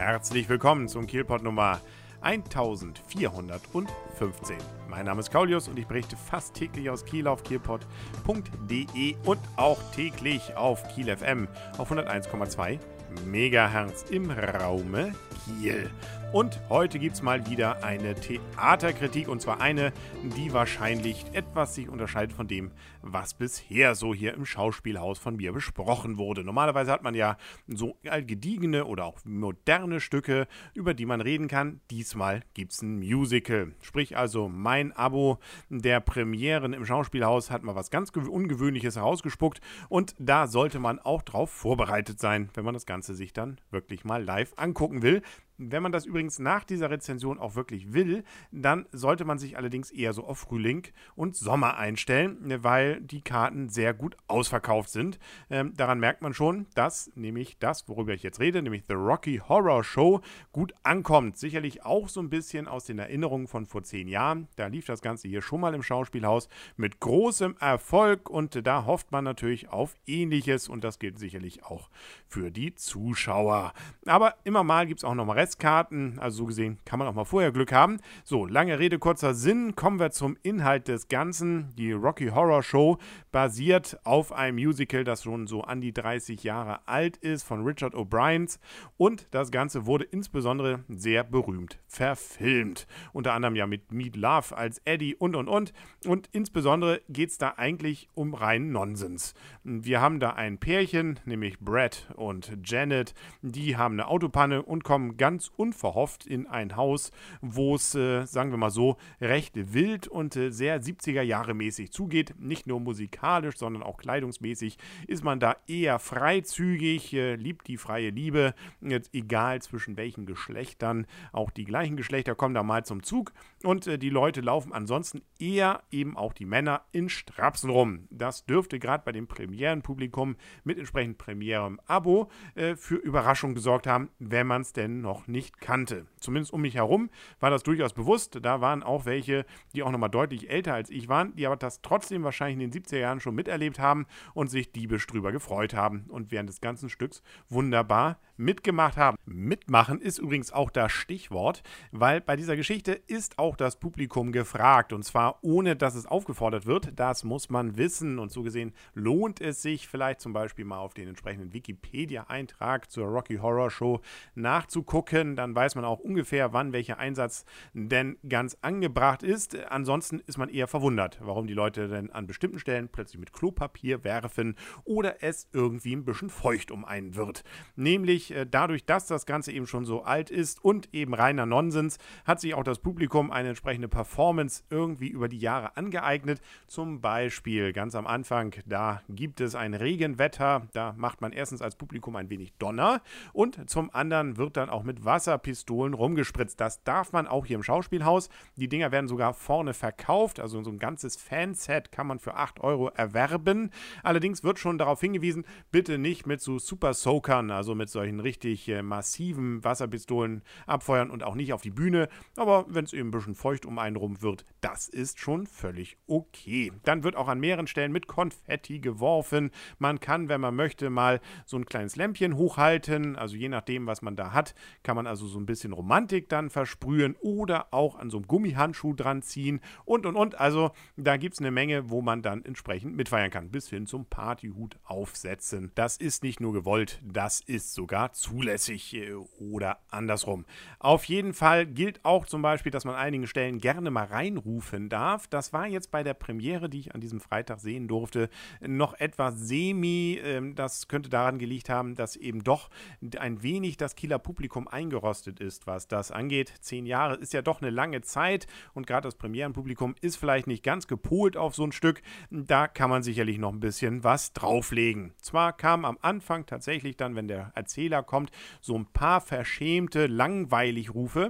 Herzlich willkommen zum Kielpot Nummer 1415. Mein Name ist Kaulius und ich berichte fast täglich aus Kiel auf kielpot.de und auch täglich auf Kiel FM auf 101,2 Megahertz im Raume Kiel. Und heute gibt es mal wieder eine Theaterkritik, und zwar eine, die wahrscheinlich etwas sich unterscheidet von dem, was bisher so hier im Schauspielhaus von mir besprochen wurde. Normalerweise hat man ja so gediegene oder auch moderne Stücke, über die man reden kann. Diesmal gibt es ein Musical. Sprich also, mein Abo der Premieren im Schauspielhaus hat mal was ganz Ungewöhnliches herausgespuckt, und da sollte man auch drauf vorbereitet sein, wenn man das Ganze sich dann wirklich mal live angucken will. Wenn man das übrigens nach dieser Rezension auch wirklich will, dann sollte man sich allerdings eher so auf Frühling und Sommer einstellen, weil die Karten sehr gut ausverkauft sind. Daran merkt man schon, dass nämlich das, worüber ich jetzt rede, nämlich The Rocky Horror Show, gut ankommt. Sicherlich auch so ein bisschen aus den Erinnerungen von vor 10 Jahren. Da lief das Ganze hier schon mal im Schauspielhaus mit großem Erfolg, und da hofft man natürlich auf Ähnliches, und das gilt sicherlich auch für die Zuschauer. Aber immer mal gibt es auch noch mal Restkarten, also so gesehen kann man auch mal vorher Glück haben. So, lange Rede, kurzer Sinn, kommen wir zum Inhalt des Ganzen. Die Rocky Horror Show basiert auf einem Musical, das schon so an die 30 Jahre alt ist, von Richard O'Briens, und das Ganze wurde insbesondere sehr berühmt verfilmt. Unter anderem ja mit Meat Love als Eddie und insbesondere geht es da eigentlich um reinen Nonsens. Wir haben da ein Pärchen, nämlich Brad und Janet, die haben eine Autopanne und kommen ganz unverhofft in ein Haus, wo es, sagen wir mal so, recht wild und sehr 70er-Jahre-mäßig zugeht. Nicht nur musikalisch, sondern auch kleidungsmäßig ist man da eher freizügig, liebt die freie Liebe, jetzt egal zwischen welchen Geschlechtern. Auch die gleichen Geschlechter kommen da mal zum Zug, und die Leute laufen ansonsten eher, eben auch die Männer, in Strapsen rum. Das dürfte gerade bei dem Premierenpublikum mit entsprechend Premieren-Abo für Überraschung gesorgt haben, wenn man es denn noch nicht kannte. Zumindest um mich herum war das durchaus bewusst. Da waren auch welche, die auch nochmal deutlich älter als ich waren, die aber das trotzdem wahrscheinlich in den 70er Jahren schon miterlebt haben und sich diebisch drüber gefreut haben und während des ganzen Stücks wunderbar mitgemacht haben. Mitmachen ist übrigens auch das Stichwort, weil bei dieser Geschichte ist auch das Publikum gefragt, und zwar ohne, dass es aufgefordert wird. Das muss man wissen, und so gesehen lohnt es sich vielleicht zum Beispiel mal auf den entsprechenden Wikipedia-Eintrag zur Rocky Horror Show nachzugucken. Dann weiß man auch ungefähr, wann welcher Einsatz denn ganz angebracht ist. Ansonsten ist man eher verwundert, warum die Leute denn an bestimmten Stellen plötzlich mit Klopapier werfen oder es irgendwie ein bisschen feucht um einen wird. Nämlich dadurch, dass das Ganze eben schon so alt ist und eben reiner Nonsens, hat sich auch das Publikum eine entsprechende Performance irgendwie über die Jahre angeeignet. Zum Beispiel ganz am Anfang, da gibt es ein Regenwetter, da macht man erstens als Publikum ein wenig Donner, und zum anderen wird dann auch mit Wasserpistolen rumgespritzt. Das darf man auch hier im Schauspielhaus. Die Dinger werden sogar vorne verkauft, also so ein ganzes Fanset kann man für 8 Euro erwerben. Allerdings wird schon darauf hingewiesen, bitte nicht mit so Super Soakern, also mit solchen richtig massiven Wasserpistolen abfeuern, und auch nicht auf die Bühne. Aber wenn es eben ein bisschen feucht um einen rum wird, das ist schon völlig okay. Dann wird auch an mehreren Stellen mit Konfetti geworfen. Man kann, wenn man möchte, mal so ein kleines Lämpchen hochhalten. Also je nachdem, was man da hat, kann man also so ein bisschen Romantik dann versprühen oder auch an so einem Gummihandschuh dran ziehen und. Also da gibt es eine Menge, wo man dann entsprechend mitfeiern kann, bis hin zum Partyhut aufsetzen. Das ist nicht nur gewollt, das ist sogar zulässig oder andersrum. Auf jeden Fall gilt auch zum Beispiel, dass man an einigen Stellen gerne mal reinrufen darf. Das war jetzt bei der Premiere, die ich an diesem Freitag sehen durfte, noch etwas semi. Das könnte daran gelegen haben, dass eben doch ein wenig das Kieler Publikum eingerostet ist, was das angeht. 10 Jahre ist ja doch eine lange Zeit, und gerade das Premierenpublikum ist vielleicht nicht ganz gepolt auf so ein Stück. Da kann man sicherlich noch ein bisschen was drauflegen. Zwar kam am Anfang tatsächlich dann, wenn der Erzähler kommt, so ein paar verschämte Langweilig-Rufe.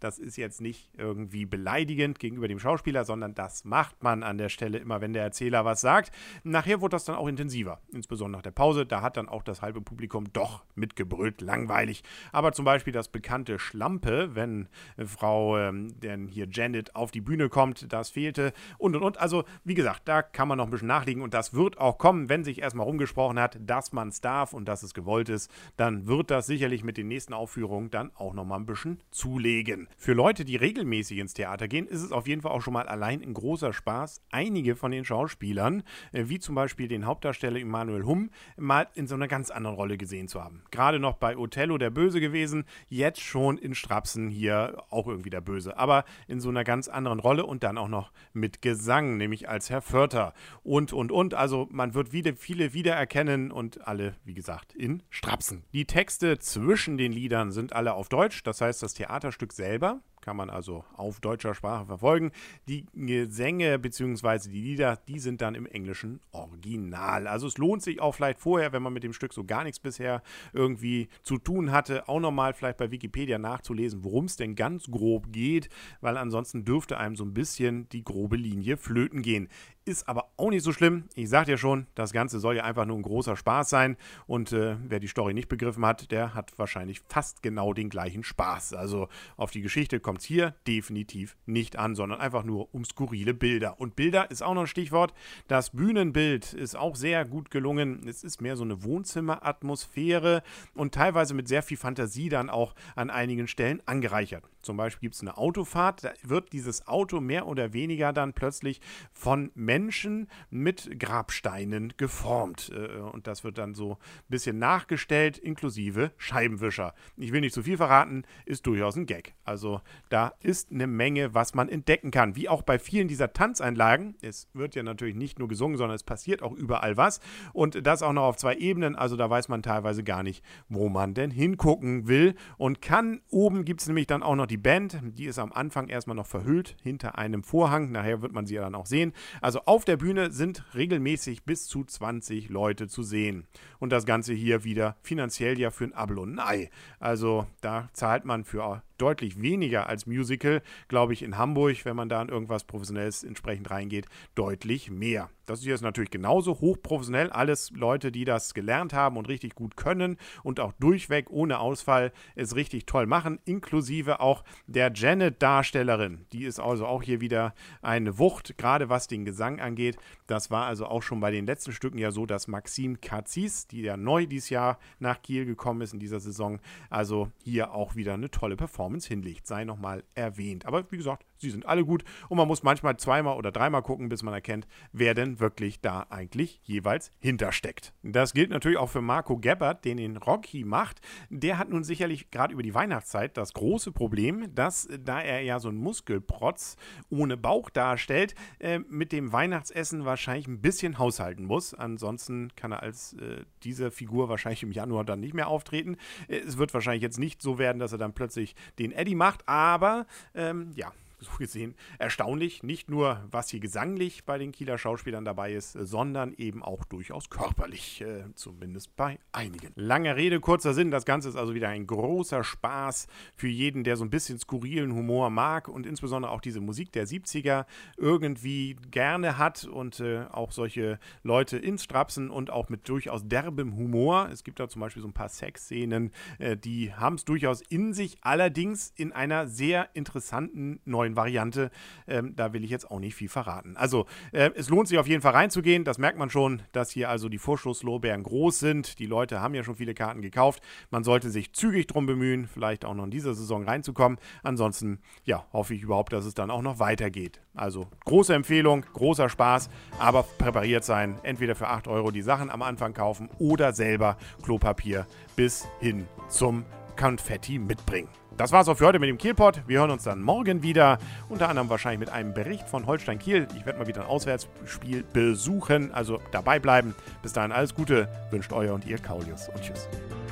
Das ist jetzt nicht irgendwie beleidigend gegenüber dem Schauspieler, sondern das macht man an der Stelle immer, wenn der Erzähler was sagt. Nachher wurde das dann auch intensiver, insbesondere nach der Pause. Da hat dann auch das halbe Publikum doch mitgebrüllt, langweilig. Aber zum Beispiel das bekannte Schlampe, wenn Frau denn hier Janet auf die Bühne kommt, das fehlte und. Also, wie gesagt, da kann man noch ein bisschen nachlegen und das wird auch kommen, wenn sich erstmal rumgesprochen hat, dass man es darf und dass es gewollt ist, dann wird das sicherlich mit den nächsten Aufführungen dann auch nochmal ein bisschen zulegen. Für Leute, die regelmäßig ins Theater gehen, ist es auf jeden Fall auch schon mal allein ein großer Spaß, einige von den Schauspielern, wie zum Beispiel den Hauptdarsteller Emanuel Humm, mal in so einer ganz anderen Rolle gesehen zu haben. Gerade noch bei Othello der Böse gewesen, jetzt schon in Strapsen hier auch irgendwie der Böse, aber in so einer ganz anderen Rolle und dann auch noch mit Gesang, nämlich als Herr Vörter und. Also man wird viele wiedererkennen und alle, wie gesagt, in Strapsen. Die Texte zwischen den Liedern sind alle auf Deutsch, das heißt, das Theaterstück selber kann man also auf deutscher Sprache verfolgen. Die Gesänge bzw. die Lieder, die sind dann im englischen Original. Also es lohnt sich auch vielleicht vorher, wenn man mit dem Stück so gar nichts bisher irgendwie zu tun hatte, auch nochmal vielleicht bei Wikipedia nachzulesen, worum es denn ganz grob geht, weil ansonsten dürfte einem so ein bisschen die grobe Linie flöten gehen. Ist aber auch nicht so schlimm. Ich sagte ja schon, das Ganze soll ja einfach nur ein großer Spaß sein und wer die Story nicht begriffen hat, der hat wahrscheinlich fast genau den gleichen Spaß. Also auf die Geschichte kommt es hier definitiv nicht an, sondern einfach nur um skurrile Bilder. Und Bilder ist auch noch ein Stichwort. Das Bühnenbild ist auch sehr gut gelungen. Es ist mehr so eine Wohnzimmeratmosphäre und teilweise mit sehr viel Fantasie dann auch an einigen Stellen angereichert. Zum Beispiel gibt es eine Autofahrt, da wird dieses Auto mehr oder weniger dann plötzlich von Menschen mit Grabsteinen geformt. Und das wird dann so ein bisschen nachgestellt, inklusive Scheibenwischer. Ich will nicht zu viel verraten, ist durchaus ein Gag. Also da ist eine Menge, was man entdecken kann. Wie auch bei vielen dieser Tanzeinlagen. Es wird ja natürlich nicht nur gesungen, sondern es passiert auch überall was. Und das auch noch auf 2 Ebenen. Also da weiß man teilweise gar nicht, wo man denn hingucken will und kann. Oben gibt es nämlich dann auch noch die Band. Die ist am Anfang erstmal noch verhüllt hinter einem Vorhang. Nachher wird man sie ja dann auch sehen. Also auf der Bühne sind regelmäßig bis zu 20 Leute zu sehen. Und das Ganze hier wieder finanziell ja für ein Abel und ein Ei. Also da zahlt man für deutlich weniger als Musical, glaube ich, in Hamburg, wenn man da in irgendwas Professionelles entsprechend reingeht, deutlich mehr. Das hier ist natürlich genauso hochprofessionell. Alles Leute, die das gelernt haben und richtig gut können und auch durchweg ohne Ausfall es richtig toll machen, inklusive auch der Janet-Darstellerin. Die ist also auch hier wieder eine Wucht, gerade was den Gesang angeht. Das war also auch schon bei den letzten Stücken ja so, dass Maxime Katzis, die ja neu dieses Jahr nach Kiel gekommen ist in dieser Saison, also hier auch wieder eine tolle Performance hinlegt, sei nochmal erwähnt. Aber wie gesagt, sie sind alle gut und man muss manchmal 2-mal oder 3-mal gucken, bis man erkennt, wer denn wirklich da eigentlich jeweils hintersteckt. Das gilt natürlich auch für Marco Gebbert, den Rocky macht. Der hat nun sicherlich gerade über die Weihnachtszeit das große Problem, dass, da er ja so einen Muskelprotz ohne Bauch darstellt, mit dem Weihnachtsessen wahrscheinlich ein bisschen haushalten muss. Ansonsten kann er als diese Figur wahrscheinlich im Januar dann nicht mehr auftreten. Es wird wahrscheinlich jetzt nicht so werden, dass er dann plötzlich den Eddie macht, aber ja, so gesehen erstaunlich, nicht nur was hier gesanglich bei den Kieler Schauspielern dabei ist, sondern eben auch durchaus körperlich, zumindest bei einigen. Lange Rede, kurzer Sinn, das Ganze ist also wieder ein großer Spaß für jeden, der so ein bisschen skurrilen Humor mag und insbesondere auch diese Musik der 70er irgendwie gerne hat und auch solche Leute in Strapsen und auch mit durchaus derbem Humor. Es gibt da zum Beispiel so ein paar Sexszenen, die haben es durchaus in sich, allerdings in einer sehr interessanten neuen Variante. Da will ich jetzt auch nicht viel verraten. Also, es lohnt sich auf jeden Fall reinzugehen. Das merkt man schon, dass hier also die Vorschusslorbeeren groß sind. Die Leute haben ja schon viele Karten gekauft. Man sollte sich zügig drum bemühen, vielleicht auch noch in dieser Saison reinzukommen. Ansonsten, ja, hoffe ich überhaupt, dass es dann auch noch weitergeht. Also, große Empfehlung, großer Spaß, aber präpariert sein. Entweder für 8 € die Sachen am Anfang kaufen oder selber Klopapier bis hin zum Konfetti mitbringen. Das war's auch für heute mit dem Kielpot. Wir hören uns dann morgen wieder. Unter anderem wahrscheinlich mit einem Bericht von Holstein Kiel. Ich werde mal wieder ein Auswärtsspiel besuchen, also dabei bleiben. Bis dahin alles Gute, wünscht euer und ihr Kaulius und tschüss.